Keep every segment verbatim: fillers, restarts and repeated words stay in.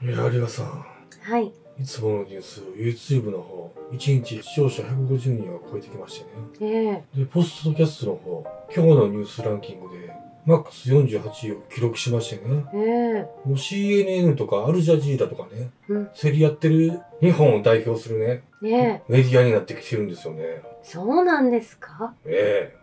いや、有賀さん。 はい。 いつものニュース、YouTube の方、いちにち視聴者ひゃくごじゅうにんを超えてきましてね。 ええで、ポストキャストの方、今日のニュースランキングで、マックスよんじゅうはちいを記録しましてね。 ええもう シーエヌエヌ とかアルジャジーラとかね、 うん。 競り合ってる日本を代表するね、 ねえ。 メディアになってきてるんですよね。 そうなんですか？ え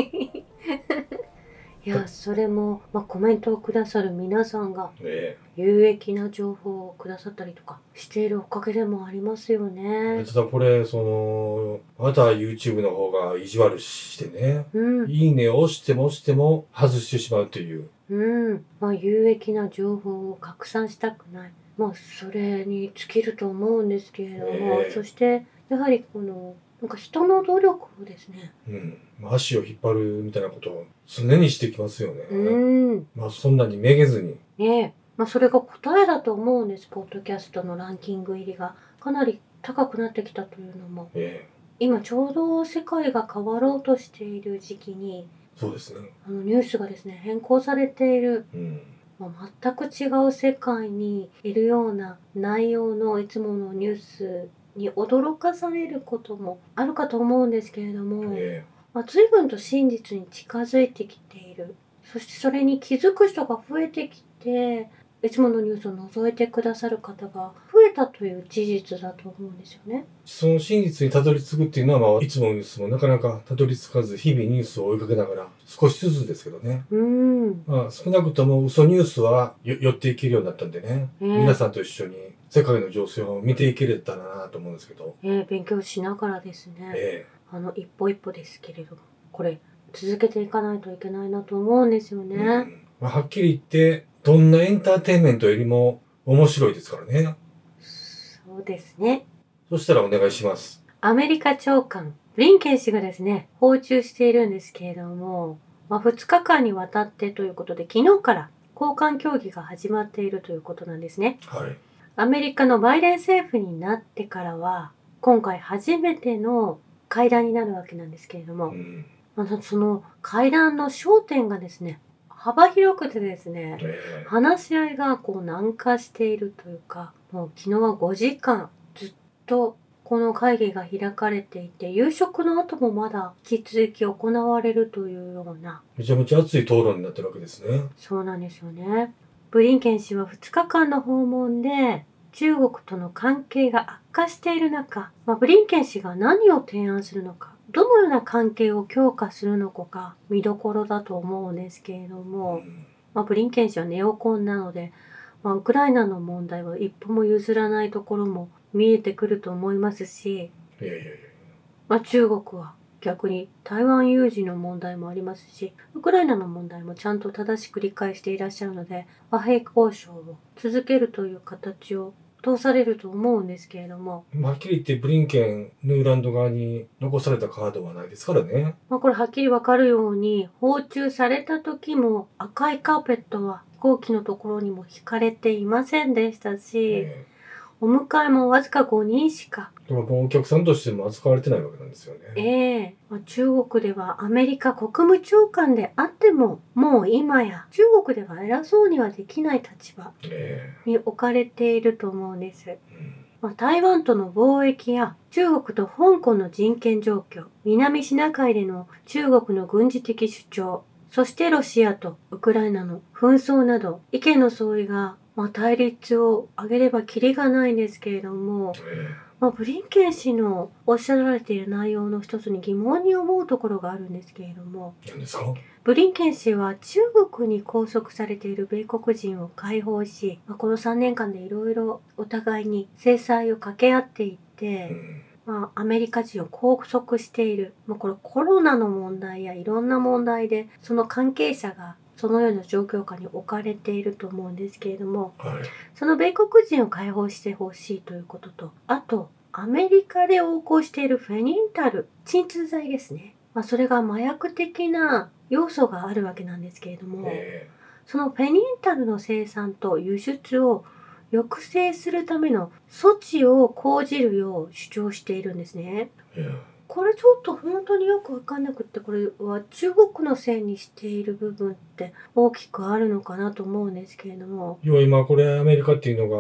いや、それも、まあ、コメントをくださる皆さんがえ、え有益な情報をくださったりとかしているおかげでもありますよえ。 ね。 ただこれ、その、また YouTube の方が意地悪してね、 うん。 いいねを押しても押しても外してしまうという。 うん。まあ、有益な情報を拡散したくない。まあ、それに尽きると思うんですけれども、 ええそして、やはりこの、なんか人の努力をですね、 うん。まあ足を引っ張るみたいなことを常にしてきますよね。 うん。 まあそんなにめげずに。 ねえ。まあ、それが答えだと思うんです。ポッドキャストのランキング入りがかなり高くなってきたというのも。 ええ今ちょうど世界が変わろうとしている時期に、 そうですね。 あのニュースがですね、変更されている、 うん。 まあ、全く違う世界にいるような内容のいつものニュースに驚かされることもあるかと思うんですけれども、 えまあ、随分と真実に近づいてきている。そしてそれに気づく人が増えてきて、いつものニュースを覗いてくださる方が増えたという事実だと思うんですよね。 その真実にたどり着くっていうのは、まあいつものニュースもなかなかたどり着かず、日々ニュースを追いかけながら少しずつですけどね。 うーん。 まあ少なくとも嘘ニュースはよ寄っていけるようになったんでね。 ええ皆さんと一緒に世界の情勢を見ていけれたらなと思うんですけど。 えー勉強しながらですね、 えあの、一歩一歩ですけれども、これ、続けていかないといけないなと思うんですよえうね。 んまあ、はっきり言って、どんなエンターテインメントよりも面白いですからね。 そうですね。 そしたらお願いします。 アメリカ長官、ブリンケン氏がですね、訪中しているんですけれども、まあ、ふつかかんにわたってということで、昨日から交換協議が始まっているということなんですね。 はい。 アメリカのバイデン政府になってからは、今回初めての会談になるわけなんですけれども、 うんまあ、その会談の焦点がですね、幅広くてですね、 ええ話し合いがこう軟化しているというか、もう昨日はごじかんずっとこの会議が開かれていて、夕食の後もまだ引き続き行われるというような、 めちゃめちゃ熱い討論になってるわけですね。 そうなんですよね。ブリンケン氏はふつかかんの訪問で、中国との関係が悪化している中、まあ、ブリンケン氏が何を提案するのか、どのような関係を強化するのかが見どころだと思うんですけれども、 うんまあ、ブリンケン氏はネオコンなので、まあ、ウクライナの問題は一歩も譲らないところも見えてくると思いますし、 いやいやいや。 まあ、中国は逆に台湾有事の問題もありますし、ウクライナの問題もちゃんと正しく理解していらっしゃるので、和平交渉を続けるという形を通されると思うんですけれども、 まあはっきり言ってブリンケン、ヌーランド側に残されたカードはないですからね。 まあ、これはっきりわかるように、訪中された時も赤いカーペットは飛行機のところにも引かれていませんでしたし、 えお迎えもわずかごにんしか。 えだからもうお客さんとしても扱われてないわけなんですよね。 ええまあ、中国ではアメリカ国務長官であっても、もう今や中国では偉そうにはできない立場えに置かれていると思うんです。 えうんまあ、台湾との貿易や中国と香港の人権状況、南シナ海での中国の軍事的主張、そしてロシアとウクライナの紛争など意見の相違が、まあ、対立を挙げればキリがないんですけれども、 えまあ、ブリンケン氏のおっしゃられている内容の一つに疑問に思うところがあるんですけれども、 え何ですか？ ブリンケン氏は中国に拘束されている米国人を解放し、まあ、このさんねんかんでいろいろお互いに制裁を掛け合っていっうて、 んまあ、アメリカ人を拘束している。まあ、これコロナの問題やいろんな問題で、その関係者がそのような状況下に置かれていると思うんですけれども、 はい。 その米国人を解放してほしいということと、あと、アメリカで横行しているフェニンタル、鎮痛剤ですね。まあ、それが麻薬的な要素があるわけなんですけれども、 えそのフェニンタルの生産と輸出を抑制するための措置を講じるよう主張しているんですね。 えいやこれちょっと本当によくわかんなくって、これは中国のせいにしている部分って大きくあるのかなと思うんですけれども。 要は今これアメリカっていうのが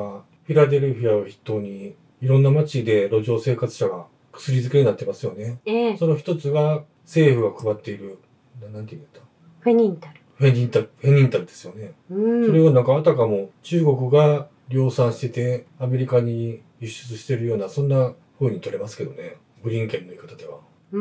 フィラデルフィアを筆頭に、いろんな街で路上生活者が薬漬けになってますよね。 ええ。 その一つが政府が配っている、ななんて言うんだったフェニンタル。 フェニンタル、フェニンタルですよね。 うん。 それをなんかあたかも中国が量産しててアメリカに輸出してるような、そんな風に取れますけどね。ブリンケンの言い方では。 うん。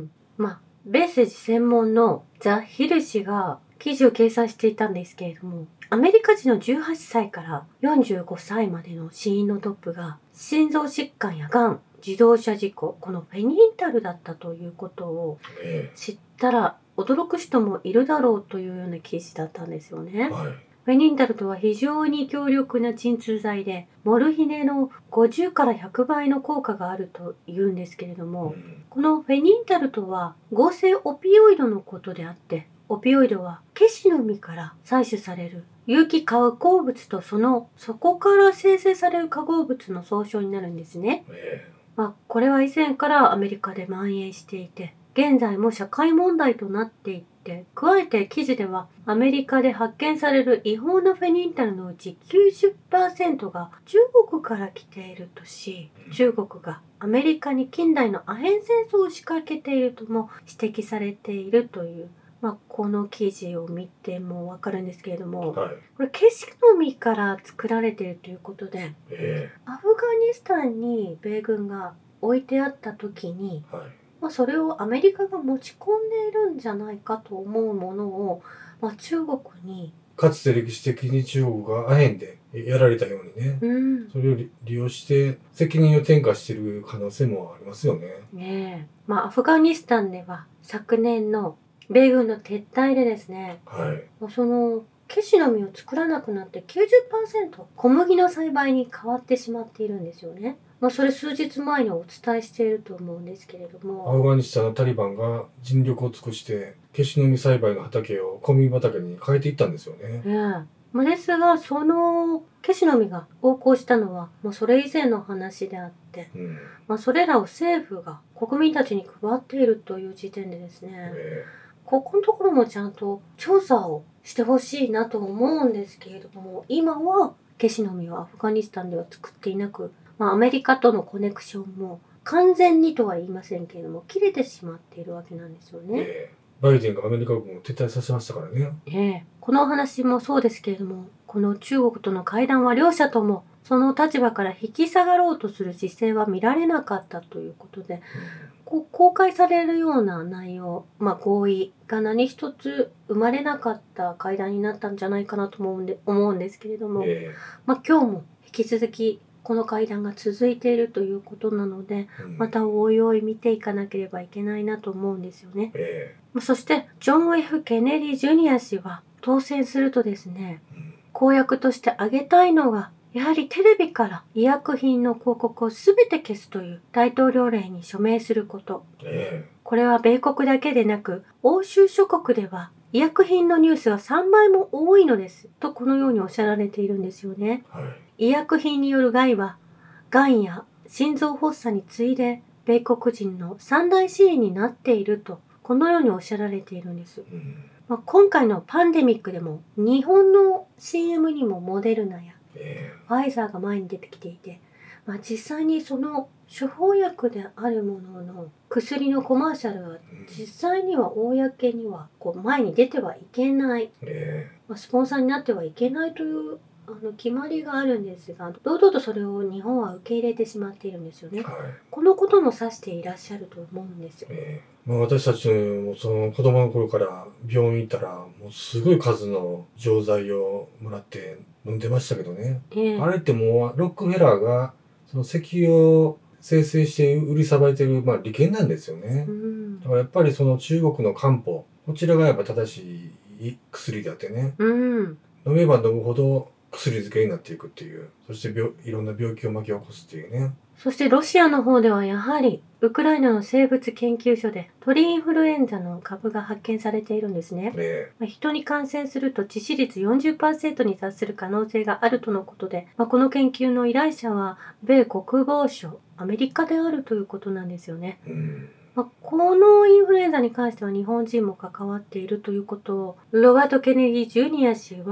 まあ、メッセージ専門のザ・ヒル氏が記事を掲載していたんですけれども、アメリカ人のじゅうはっさいからよんじゅうごさいまでの死因のトップが心臓疾患やがん、自動車事故、このフェニンタルだったということをえ知ったら驚く人もいるだろうというような記事だったんですよね。 えはい。 フェニンタルとは非常に強力な鎮痛剤で、モルヒネのごじゅうからひゃくばいの効果があると言うんですけれどうも、 ん。 このフェニンタルとは合成オピオイドのことであって、オピオイドはケシの実から採取される有機化合物とそのそこから生成される化合物の総称になるんですね。 えまあ、これは以前からアメリカで蔓延していて、現在も社会問題となっていて、加えて記事ではアメリカで発見される違法なフェニンタルのうち きゅうじゅっパーセント が中国から来ているとし、中国がアメリカに近代のアヘン戦争を仕掛けているとも指摘されているという、まあ、この記事を見てもわかるんですけれども、 えはい。 これケシの実から作られているということで、 えアフガニスタンに米軍が置いてあった時に、 えはい。 まあ、それをアメリカが持ち込んでいるんじゃないかと思うものを、まあ、中国に、 かつて歴史的に中国がアヘンでやられたようにね、 うん、 それを利利用して責任を転嫁している可能性もありますよね。 ねえ、まあ、アフガニスタンでは昨年の米軍の撤退でですね、 はい。 まあそのケシの実を作らなくなってきゅうじゅっパーセント小麦の栽培に変わってしまっているんですよね。まあ、それ数日前にお伝えしていると思うんですけれどアも、 フガニスタンのタリバンが尽力を尽くしてケシの実栽培の畑を小麦畑に変えていったんですよね。 ええ、まあですが、そのケシの実が横行したのは、もうそれ以前の話であって、 うん。 まあ、それらを政府が国民たちに配っているという時点でですね、 えここのところもちゃんと調査をしてほしいなと思うんですけれども、今はケシの実をアフガニスタンでは作っていなく、まあ、アメリカとのコネクションも完全にとは言いませんけれども、切れてしまっているわけなんですよえね。 ええバイデンがアメリカ軍を撤退させましたからね。 ええ、このお話もそうですけれども、この中国との会談は両者ともその立場から引き下がろうとする姿勢は見られなかったということで、こう公開されるような内容、まあ、合意が何一つ生まれなかった会談になったんじゃないかなと思うんで思うんですけれども、 えまあ、今日も引き続きこの会談が続いているということなので、 えうんまたおいおい見ていかなければいけないなと思うんですよね。 えまあそしてジョン・ F ・ケネディ・ジュニア氏は当選するとですね、 えうん公約として挙げたいのが、やはりテレビから医薬品の広告をすべて消すという大統領令に署名すること。 えこれは米国だけでなく、欧州諸国では医薬品のニュースがさんばいも多いのです。とこのようにおっしゃられているんですよね。 えはい医薬品による害は、がんや心臓発作に次いで、米国人の三大死因になっていると、このようにおっしゃられているんです。 うんまあ、今回のパンデミックでも、日本の シーエム にもモデルナやえファイザーが前に出てきていて、まあ、実際にその処方薬であるものの薬のコマーシャルは実際には公にはこう前に出てはいけない、 ええまあ、スポンサーになってはいけないというあの決まりがあるんですが、堂々とそれを日本は受け入れてしまっているんですよね。 えはいこのことも指していらっしゃると思うんですよ。 ええまあ、私たちもその子供の頃から病院行ったらもうすごい数の錠剤をもらって飲んでましたけどね。 ええあれってもうロックフェラーがその石油を生成して売りさばいてる、まあ、利権なんですよねう。んだからやっぱりその中国の漢方、こちらがやっぱ正しい薬であってね、 うん飲めば飲むほど薬漬けになっていくっていう、そして病いろんな病気を巻き起こすっていうね。 そしてロシアの方ではやはりウクライナの生物研究所で鳥インフルエンザの株が発見されているんですね。 ねまあ人に感染すると致死率 よんじゅっパーセント に達する可能性があるとのことで、まあ、この研究の依頼者は米国防省、アメリカであるということなんですよね。 うんまあ、このインフルエンザに関しては日本人も関わっているということをロバート・ケネディ・ジュニア氏は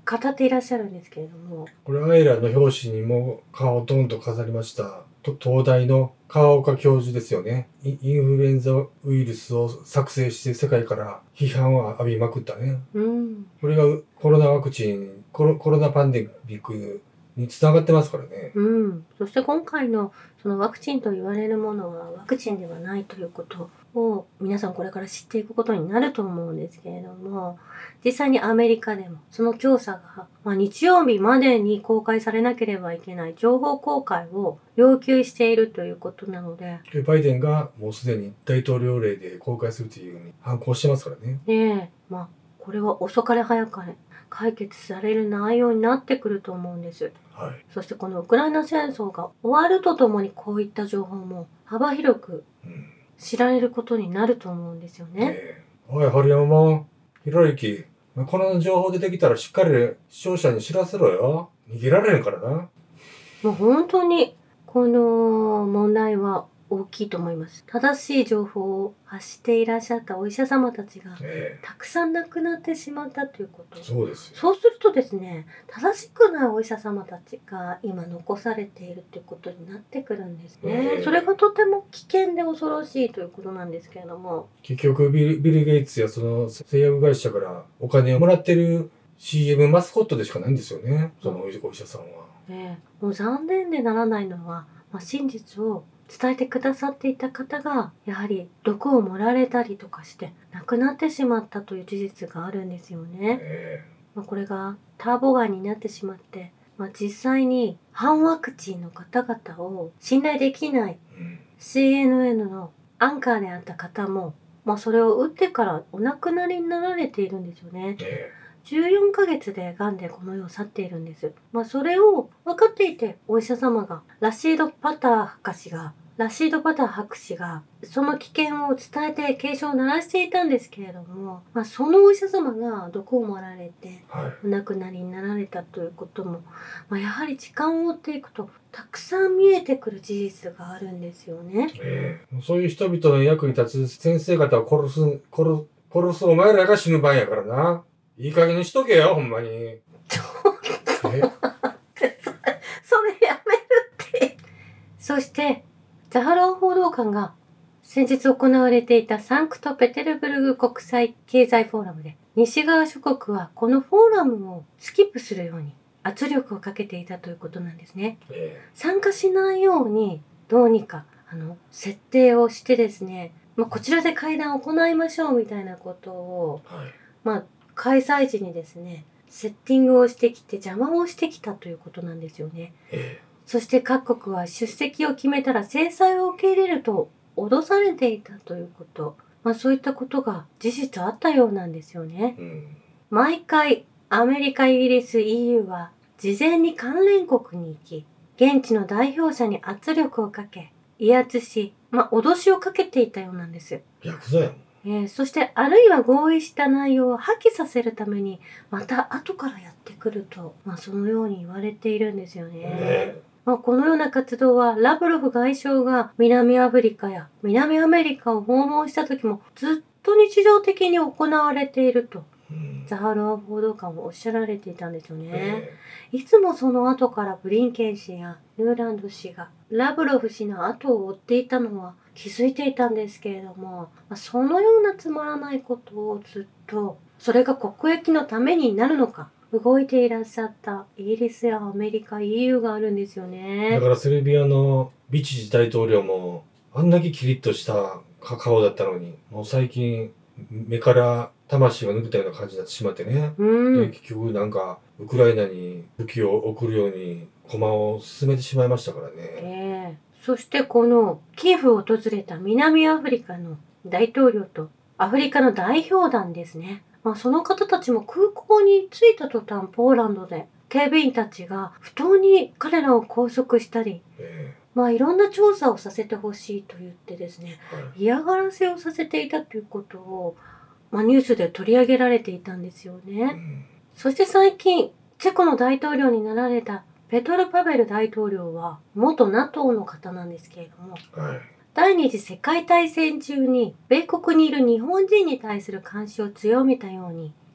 語っていらっしゃるんですけれども、 これアイラの表紙にも顔をドンと飾りましたと東大の川岡教授ですよね。イインフルエンザウイルスを作成して世界から批判を浴びまくったね。 うん、 これがコロナワクチンコロコロナパンデミックにつながってますからね。 うん、そして今回のそのワクチンと言われるものはワクチンではないということを皆さんこれから知っていくことになると思うんですけれども、実際にアメリカでもその調査が、まあ、日曜日までに公開されなければいけない情報公開を要求しているということなので、 バイデンがもうすでに大統領令で公開するというふうに反抗してますからね。 ねえ、まあこれは遅かれ早かれ解決される内容になってくると思うんです。 はい。 そしてこのウクライナ戦争が終わるとともにこういった情報も幅広くうん知られることになると思うんですよね。 ねえおい、堀山もん、ひろゆき、この情報出てきたらしっかり視聴者に知らせろよ。逃げられへんからな。 もう本当にこの問題は大きいと思います。正しい情報を発していらっしゃったお医者様たちがえたくさん亡くなってしまったということえ。そうですよ。 そうするとですね、正しくないお医者様たちが今残されているということになってくるんですね。 ええそれがとても危険で恐ろしいということなんですけれども。 結局ビル、ビル・ゲイツやその製薬会社からお金をもらってる シーエム マスコットでしかないんですよね。そのお医お医者さんは。 ねえ、もう残念でならないのは、まあ、真実を伝えてくださっていた方がやはり毒を盛られたりとかして亡くなってしまったという事実があるんですよね。 えまあ、これがターボガンになってしまって、まあ、実際に反ワクチンの方々を信頼できないえうんシーエヌエヌ のアンカーであった方も、まあ、それを打ってからお亡くなりになられているんですよね。 えじゅうよんかげつで癌でこの世を去っているんです。まあ、それを分かっていてお医者様がラシード・パター博士がラシード・パター博士がその危険を伝えて警鐘を鳴らしていたんですけれども、まあ、そのお医者様が毒を盛られてえはい。 お亡くなりになられたということも、まあ、やはり時間を追っていくとたくさん見えてくる事実があるんですよね。 ええそういう人々の役に立つ先生方を殺す、殺、殺すお前らが死ぬ番やからな。いい加減にしとけよ、ほんまに。えそれやめるって。そしてザハロワ報道官が先日行われていたサンクトペテルブルグ国際経済フォーラムで西側諸国はこのフォーラムをスキップするように圧力をかけていたということなんですね。 え参加しないようにどうにかあの設定をしてですね、まあ、こちらで会談を行いましょうみたいなことを、 えはい。 まあ、開催時にですねセッティングをしてきて邪魔をしてきたということなんですよね。 えそして各国は出席を決めたら制裁を受け入れると脅されていたということ、まあ、そういったことが事実あったようなんですよね。 えうん。 毎回アメリカ、イギリス、イーユー は事前に関連国に行き現地の代表者に圧力をかけ威圧し、まあ、脅しをかけていたようなんです。 ヤクザやもん。 えー、そしてあるいは合意した内容を破棄させるためにまた後からやってくると、まあ、そのように言われているんですよね。 えまあ、このような活動はラブロフ外相が南アフリカや南アメリカを訪問した時もずっと日常的に行われているとえうんザハロワ報道官はおっしゃられていたんですよね。 えいつもその後からブリンケン氏やヌーランド氏がラブロフ氏の後を追っていたのは気づいていたんですけれども、まあ、そのようなつまらないことをずっとそれが国益のためになるのか動いていらっしゃったイギリスやアメリカ イーユー があるんですよえだね。 からセルビアのビチジ大統領もあんだけキリッとした顔だったのに、もう最近目から魂が抜けたような感じになってしまってね。 うん。 で結局なんかウクライナに武器を送るように駒を進めてしまいましたからね。 ええそしてこのキエフを訪れた南アフリカの大統領とアフリカの代表団ですね。まあ、その方たちも空港に着いた途端ポーランドで警備員たちが不当に彼らを拘束したり、 えまあいろんな調査をさせてほしいと言ってですね、 えはい嫌がらせをさせていたということを、まあ、ニュースで取り上げられていたんですようね。 んそして最近、チェコの大統領になられたペトル・パベル大統領は元 ナトー の方なんですけれども、 はい第二次世界大戦中に米国にいる日本人に対する監視を強めたように、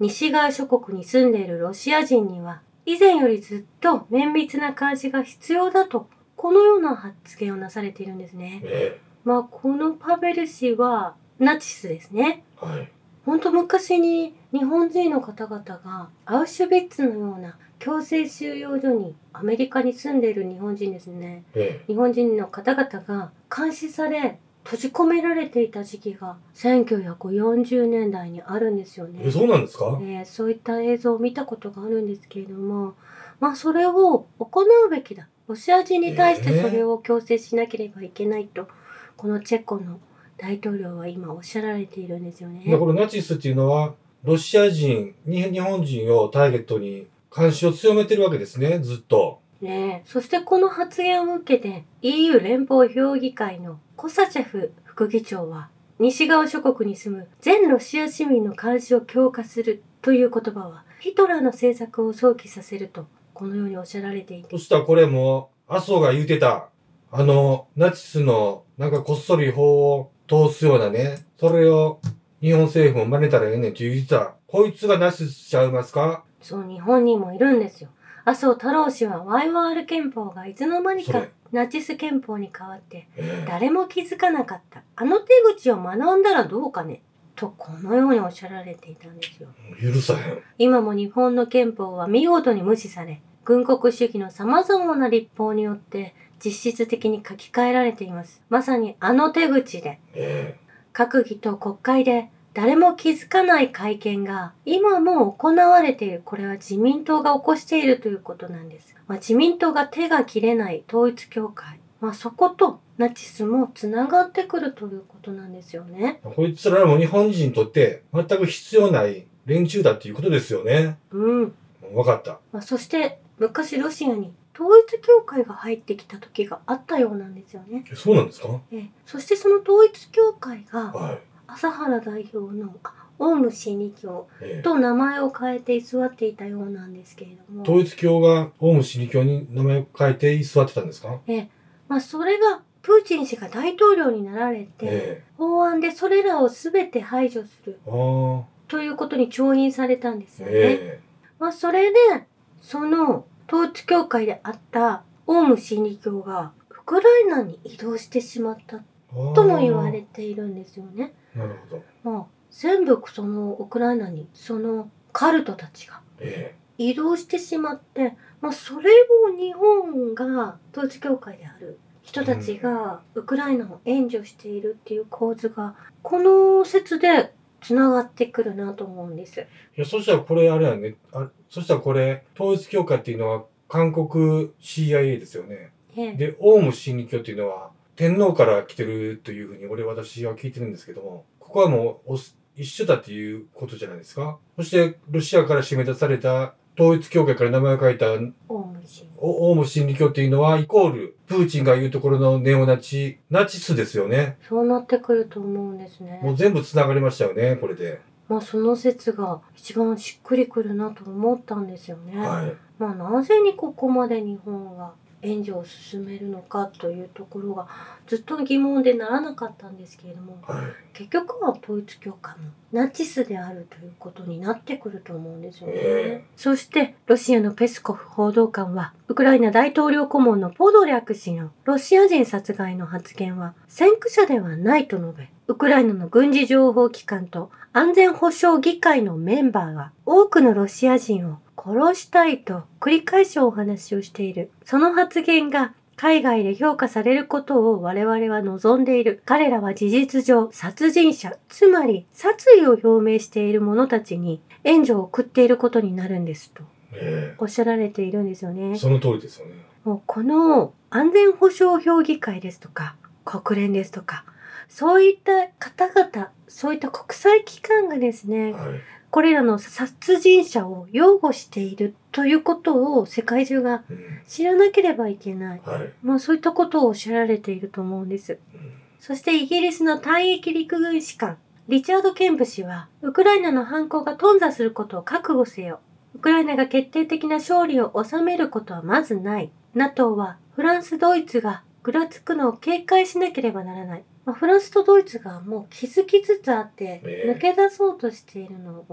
西側諸国に住んでいるロシア人には、以前よりずっと綿密な監視が必要だと、このような発言をなされているんですね。 えまあ、このパベル氏はナチスですね。 え、はい。 ほんと昔に日本人の方々がアウシュビッツのような強制収容所にアメリカに住んでいる日本人ですね。 え日本人の方々が監視され閉じ込められていた時期がせんきゅうひゃくよんじゅうねんだいにあるんですよね。 え、そうなんですか？ えーそういった映像を見たことがあるんですけれども、まあそれを行うべきだ。ロシア人に対してそれを強制しなければいけないと、このチェコの大統領は今おっしゃられているんですよね。 でこのナチスっていうのは、ロシア人、に日本人をターゲットに監視を強めてるわけですね、ずっと。 ねえ、そしてこの発言を受けて イーユー 連邦評議会のコサチェフ副議長は、西側諸国に住む全ロシア市民の監視を強化するという言葉はヒトラーの政策を想起させると、このようにおっしゃられていて、 そしたらこれも、麻生が言うてた、あの、ナチスのなんかこっそり法を通すようなね、それを日本政府も真似たらええねんって言ってた。こいつがナチスちゃいますか？ そう、日本にもいるんですよ。麻生太郎氏はワイワール憲法がいつの間にかそれナチス憲法に変わってえ誰も気づかなかった。あの手口を学んだらどうかねと、このようにおっしゃられていたんですよ。 え、許さへん。 今も日本の憲法は見事に無視され、軍国主義の様々な立法によって実質的に書き換えられています。まさにあの手口で、 え閣議と国会で誰も気づかない会見が今も行われている。これは自民党が起こしているということなんです。まあ、自民党が手が切れない統一教会。まあ、そことナチスもつながってくるということなんですよね。 え、こいつらも日本人にとって全く必要ない連中だっていうことですよね。 うん。 わかった。 まあ、そして昔ロシアに統一教会が入ってきた時があったようなんですよね。 え、そうなんですか？ ええ、そしてその統一教会がはい。 朝原代表のあオウム真理教ええ、 と名前を変えて居座っていたようなんですけれども、 統一教がオウム真理教に名前を変えて居座ってたんですか？ ええ、まあそれがプーチン氏が大統領になられて、 え法案でそれらを全て排除するえ、ああ、 ということに調印されたんですよね。 えまあそれでその統一教会であったオウム真理教がウクライナに移動してしまったえ、ああとも言われているんですよね。 なるほど。 まあ全部そのウクライナにそのカルトたちがえ移動してしまって、まあ、それを日本が統一教会である人たちがウクライナを援助しているっていう構図がこの説でつながってくるなと思うんです。 え、いや、そしたらこれあれやね。あ、そしたらこれ、統一教会っていうのは韓国 シーアイエー ですよね。 ええ、 で、オウム真理教っていうのは天皇から来てるというふうに俺私は聞いてるんですけども、ここはもうお一緒だっていうことじゃないですか。そしてロシアから締め出された統一教会から名前を書いたオウム真理おオウム真理教っていうのはイコールプーチンが言うところのネオナチ、ナチスですよね。 そうなってくると思うんですね。 もう全部繋がりましたよね、これで。 まあその説が一番しっくりくるなと思ったんですよね。 はい。 まあなぜにここまで日本が援助を進めるのかというところがずっと疑問でならなかったんですけれども、 はい。 結局は統一教会もナチスであるということになってくると思うんですよね。 ええ、 そしてロシアのペスコフ報道官はウクライナ大統領顧問のポドリャク氏のロシア人殺害の発言は先駆者ではないと述べ、ウクライナの軍事情報機関と安全保障議会のメンバーが多くのロシア人を殺したいと繰り返しお話をしている。その発言が海外で評価されることを我々は望んでいる。彼らは事実上殺人者、つまり殺意を表明している者たちに援助を送っていることになるんですとえおっしゃられているんですよえ、 ね。 その通りですよね。 もうこの安全保障評議会ですとか国連ですとかそういった方々、そういった国際機関がですね、 はい。 これらの殺人者を擁護しているということを世界中がうん。 知らなければいけない。 はい。 まあそういったことをおっしゃられていると思うんです。 うん。 そしてイギリスの退役陸軍士官、リチャード・ケンプ氏は、ウクライナの反攻が頓挫することを覚悟せよ。ウクライナが決定的な勝利を収めることはまずない。ナトー はフランス、ドイツがぐらつくのを警戒しなければならない。まあ、フランスとドイツがもう気づきつつあって、 ええ抜け出そうとしているのを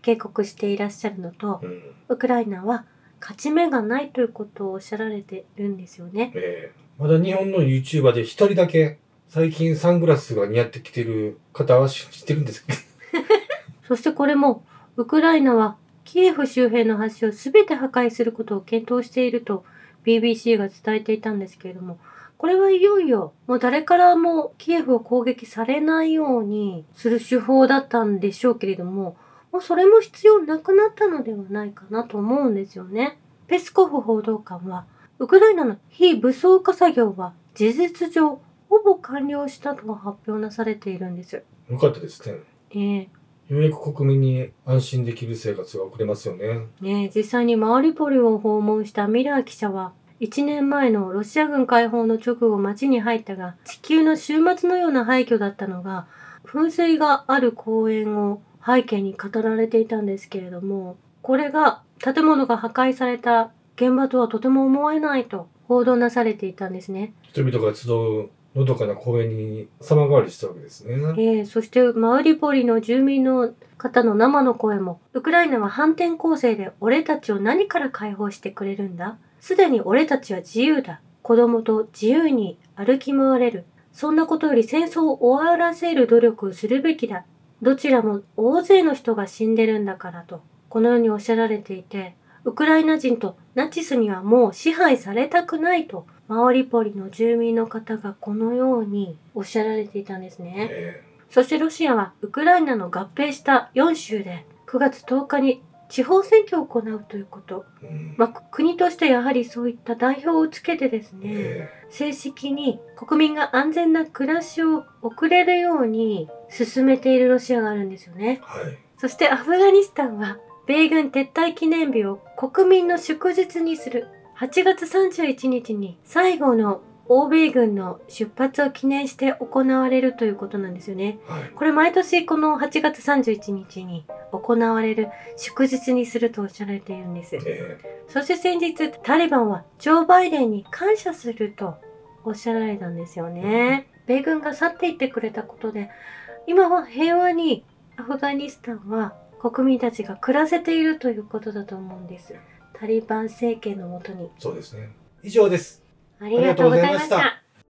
警告していらっしゃるのと、 うん。 ウクライナは勝ち目がないということをおっしゃられてるんですよね。 ええまだ日本の YouTuber で一人だけ最近サングラスが似合ってきてる方は知ってるんですけど。 そしてこれも、ウクライナはキエフ周辺の橋を全て破壊することを検討していると ビービーシー が伝えていたんですけれども、これはいよいよもう誰からもキエフを攻撃されないようにする手法だったんでしょうけれども、もうそれも必要なくなったのではないかなと思うんですよね。ペスコフ報道官は、ウクライナの非武装化作業は事実上ほぼ完了したと発表なされているんです。 よかったですね。 ええようやく国民に安心できる生活が送れますよね。 ねえ、実際にマリポリを訪問したミラー記者は、いちねんまえのロシア軍解放の直後街に入ったが、地球の終末のような廃墟だったのが、噴水がある公園を背景に語られていたんですけれども、これが建物が破壊された現場とはとても思えないと報道なされていたんですね。 人々が集うのどかな公園に様変わりしたわけですね。 ええそしてマウリポリの住民の方の生の声も、ウクライナは反転攻勢で俺たちを何から解放してくれるんだ？すでに俺たちは自由だ。子供と自由に歩き回れる。そんなことより戦争を終わらせる努力をするべきだ。どちらも大勢の人が死んでるんだからと、このようにおっしゃられていて、ウクライナ人とナチスにはもう支配されたくないと、マウリポリの住民の方がこのようにおっしゃられていたんですね。 えそしてロシアはウクライナの合併したよん州でくがつとおかに地方選挙を行うということ。 えうんまあ、国としてやはりそういった代表をつけてですね、 え正式に国民が安全な暮らしを送れるように進めているロシアがあるんですよね。 えはい。 そしてアフガニスタンは米軍撤退記念日を国民の祝日にする。はちがつさんじゅういちにちに最後の欧米軍の出発を記念して行われるということなんですよね。 はい。 これ毎年このはちがつさんじゅういちにちに行われる祝日にするとおっしゃられているんです。 えそして先日タリバンはジョー・バイデンに感謝するとおっしゃられたんですよね。米軍が去っていってくれたことで、今は平和にアフガニスタンは国民たちが暮らせているということだと思うんです。タリバン政権のもとに。 えそうですね。以上です。 ありがとうございました。